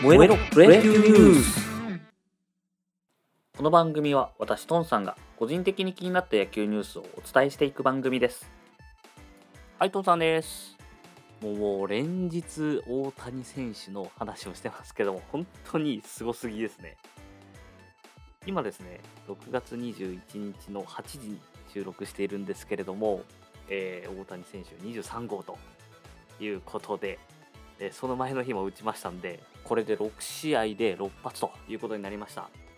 燃えろプロ野球ニュース。この番組は私トンさんが個人的に気になった野球ニュースをお伝えしていく番組です。はい、トンさんです。もう連日大谷選手の話をしてますけども、本当にすごすぎですね。今ですね、6月21日の8時に収録しているんですけれども、大谷選手23号ということで、その前の日も打ちましたんで、これで6試合で6発ということになりました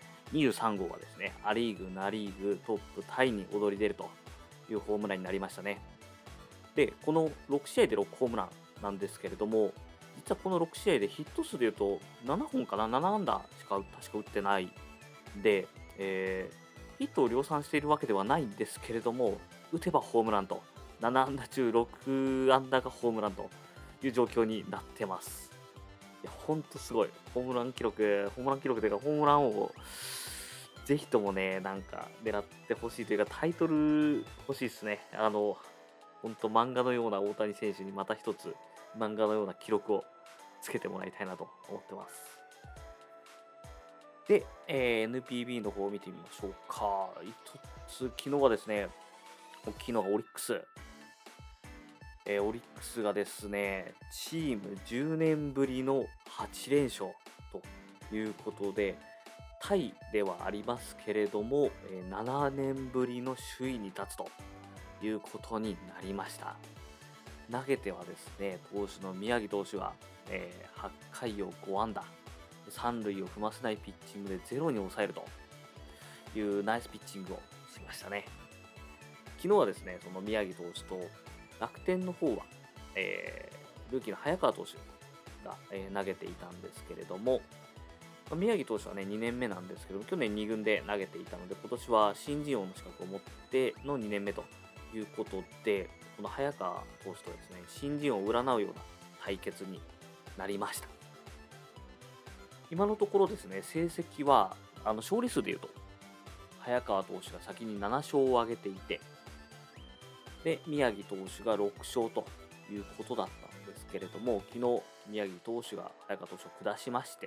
。23号はですね、ア・リーグ、ナ・リーグトップタイに躍り出るというホームランになりましたね。で、この6試合で6ホームランなんですけれども、実はこの6試合でヒット数でいうと7本かな、7安打しか確か打ってないで、ヒットを量産しているわけではないんですけれども、打てばホームランと、7安打中6安打がホームランという状況になってます。いや、ほんとすごい。ホームラン記録というか、ホームラン王をぜひともね、なんか狙ってほしいというか、タイトル欲しいですね。ほんと漫画のような大谷選手にまた一つ漫画のような記録をつけてもらいたいなと思ってます。で、NPB の方を見てみましょうか。昨日はですね、大きいのがオリックス。オリックスがですね、チーム10年ぶりの8連勝ということで、タイではありますけれども、7年ぶりの首位に立つということになりました。投げてはですね、投手の宮城投手が、8回を5安打、3塁を踏ませないピッチングでゼロに抑えるというナイスピッチングをしましたね。昨日はですね、その宮城投手と楽天の方は、ルーキーの早川投手が、投げていたんですけれども、宮城投手はね、2年目なんですけども、去年2軍で投げていたので、今年は新人王の資格を持っての2年目ということで、この早川投手とですね、新人王を占うような対決になりました。今のところですね、成績は勝利数でいうと、早川投手が先に7勝を挙げていて、で、宮城投手が6勝ということだったんですけれども、昨日、宮城投手が早川投手を下しまして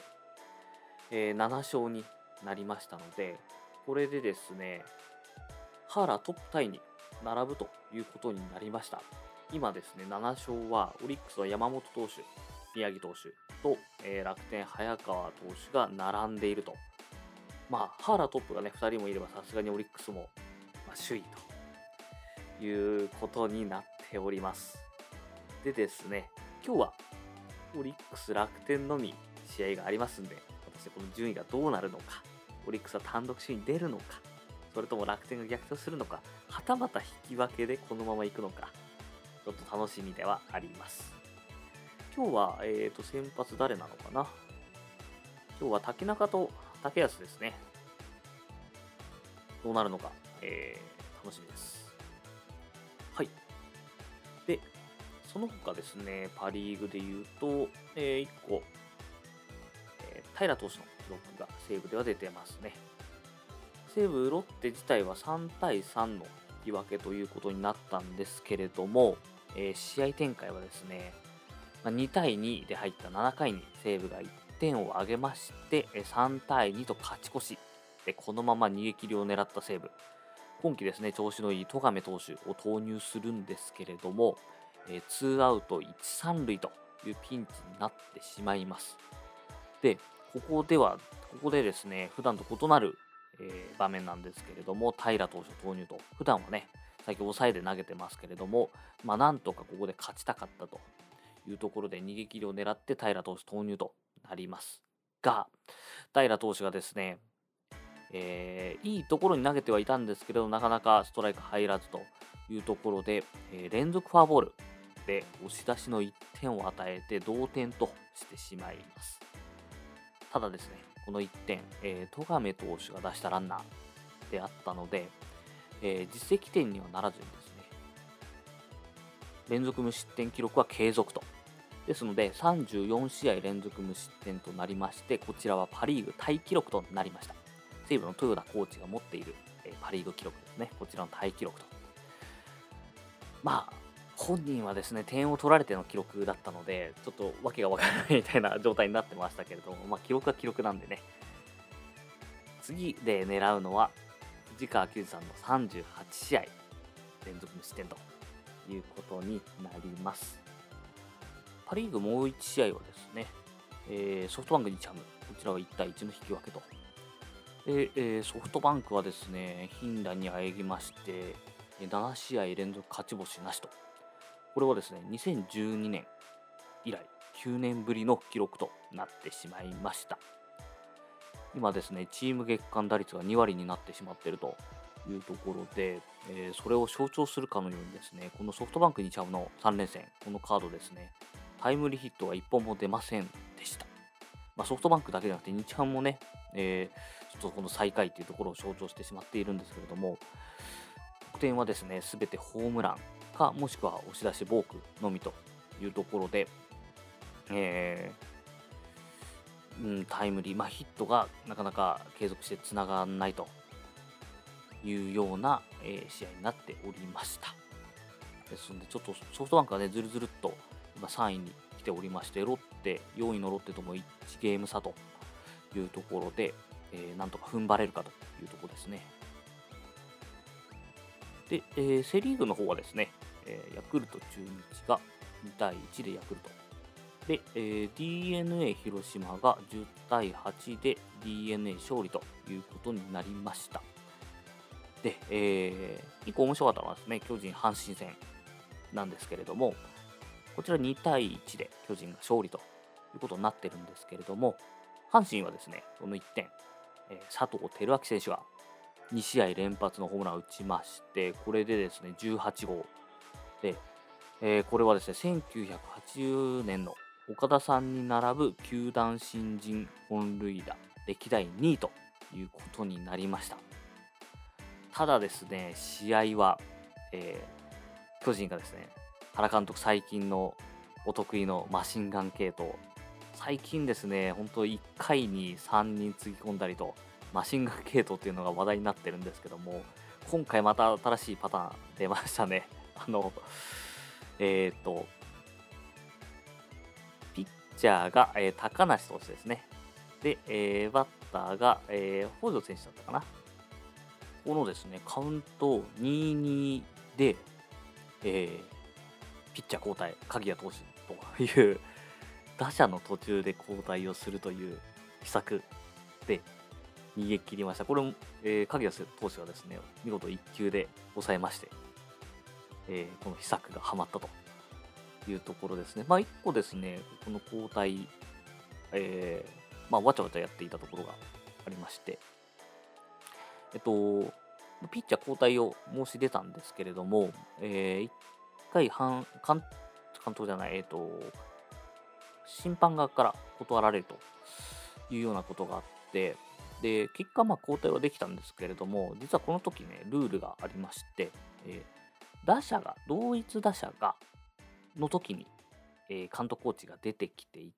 、7勝になりましたので、これでですね、ハーラートップタイに並ぶということになりました。今ですね、7勝はオリックスの山本投手、宮城投手と、楽天早川投手が並んでいると。ハーラートップがね、2人もいればさすがにオリックスも、首位ということになっております。でですね、今日はオリックス楽天のみ試合がありますんで、果たしてこの順位がどうなるのか、オリックスは単独首位に出るのか、それとも楽天が逆転するのか、はたまた引き分けでこのままいくのか、ちょっと楽しみではあります。今日は、先発誰なのかな。今日は竹中と竹安ですね。どうなるのか、楽しみです。はい。で、その他ですね、パ・リーグで言うと、1個、平投手の記録が西武では出てますね。西武ロッテ自体は3対3の引き分けということになったんですけれども、試合展開はですね、2対2で入った7回に西武が1点を挙げまして、3対2と勝ち越し、このまま逃げ切りを狙った西武。今季ですね、調子のいい戸亀投手を投入するんですけれども、2アウト1、3塁というピンチになってしまいます。で、ここでですね、普段と異なる、場面なんですけれども、平投手を投入と、普段はね、最近抑えで投げてますけれども、なんとかここで勝ちたかったというところで逃げ切りを狙って平投手投入となりますが、平投手がですね、いいところに投げてはいたんですけど、なかなかストライク入らずというところで、連続フォアボールで押し出しの1点を与えて同点としてしまいます。ただですね、この1点、戸亀投手が出したランナーであったので、実績点にはならずにですね、連続無失点記録は継続と。ですので、34試合連続無失点となりまして、こちらはパ・リーグタイ記録となりました。西武の豊田コーチが持っている、パ・リーグ記録ですね。こちらのタイ記録と。 本人はですね、点を取られての記録だったので、ちょっとわけがわからないみたいな状態になってましたけれども、記録は記録なんでね。次で狙うのは、藤川球児さんの38試合連続無失点ということになります。パ・リーグもう1試合はですね、ソフトバンク日ハム、こちらは1対1の引き分けと。で、ソフトバンクはですね、頻打にあえぎまして、7試合連続勝ち星なしと。これはですね、2012年以来9年ぶりの記録となってしまいました。今ですね、チーム月間打率が2割になってしまっているというところで、それを象徴するかのようにですね、このソフトバンク日ハムの3連戦、このカードですね、タイムリーヒットは1本も出ませんでした。ソフトバンクだけじゃなくて日ハムもね、ちょっとこの最下位というところを象徴してしまっているんですけれども、得点はですね、すべてホームランか、もしくは押し出しボークのみというところで、タイムリー、ヒットがなかなか継続してつながらないというような、試合になっておりました。ですので、ちょっとソフトバンクがね、ずるずるっと今3位に来ておりまして、ロッテ、4位のロッテとも1ゲーム差というところで、なんとか踏ん張れるかというところですね。で、セ・リーグの方はですね、ヤクルト、中日が2対1でヤクルト。で、DNA 広島が10対8で DNA 勝利ということになりました。で、1個面白かったのはですね、巨人阪神戦なんですけれども、こちら2対1で巨人が勝利ということになってるんですけれども、阪神はですね、その1点、佐藤輝明選手が2試合連発のホームランを打ちまして、これでですね、18号で、これはですね、1980年の岡田さんに並ぶ球団新人本塁打歴代2位ということになりました。ただですね、試合は、巨人がですね、原監督最近のお得意のマシンガン系統、最近ですね、本当1回に3人つぎ込んだりと、マシンガン系統っていうのが話題になってるんですけども、今回また新しいパターン出ましたね。ピッチャーが、高梨投手ですね。で、バッターが、北条選手だったかな。このですね、カウント 2-2 で、ピッチャー交代、鍵谷投手という打者の途中で交代をするという秘策で逃げ切りました。これも、鍵谷投手はですね、見事1球で抑えまして、この秘策がはまったというところですね。1個ですね、この交代、わちゃわちゃやっていたところがありまして、ピッチャー交代を申し出たんですけれども、1回監督じゃない、審判側から断られるというようなことがあって、で、結果交代はできたんですけれども、実はこの時ね、ルールがありまして、同一打者の時に、監督コーチが出てきていって、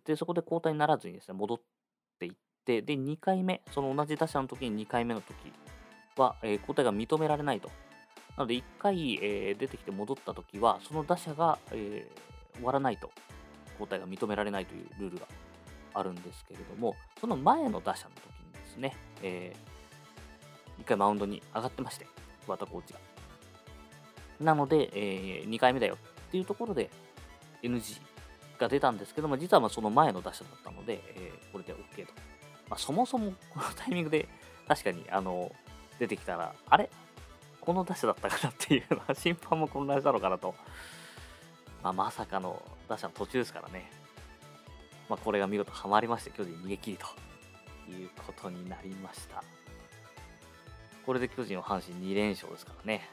で、そこで交代にならずにですね、戻っていって、で、2回目、その同じ打者の時に2回目の時は、交代が認められないと。なので、1回、出てきて戻った時は、その打者が、終わらないと、交代が認められないというルールがあるんですけれども、その前の打者の時にですね、1回マウンドに上がってまして、桑田コーチが。なので、2回目だよっていうところで NG が出たんですけども、実はその前の打者だったので、これで OK と。そもそもこのタイミングで確かに出てきたら、あれこの打者だったかなっていうのは審判も混乱したのかなと。まさかの打者の途中ですからね。これが見事ハマりまして、巨人逃げ切りということになりました。これで巨人は阪神2連勝ですからね。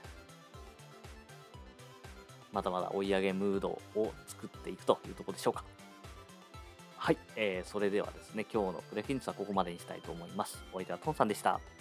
まだまだ追い上げムードを作っていくというところでしょうか。はい、それではですね、今日のプレフィンスはここまでにしたいと思います。お相手はトンさんでした。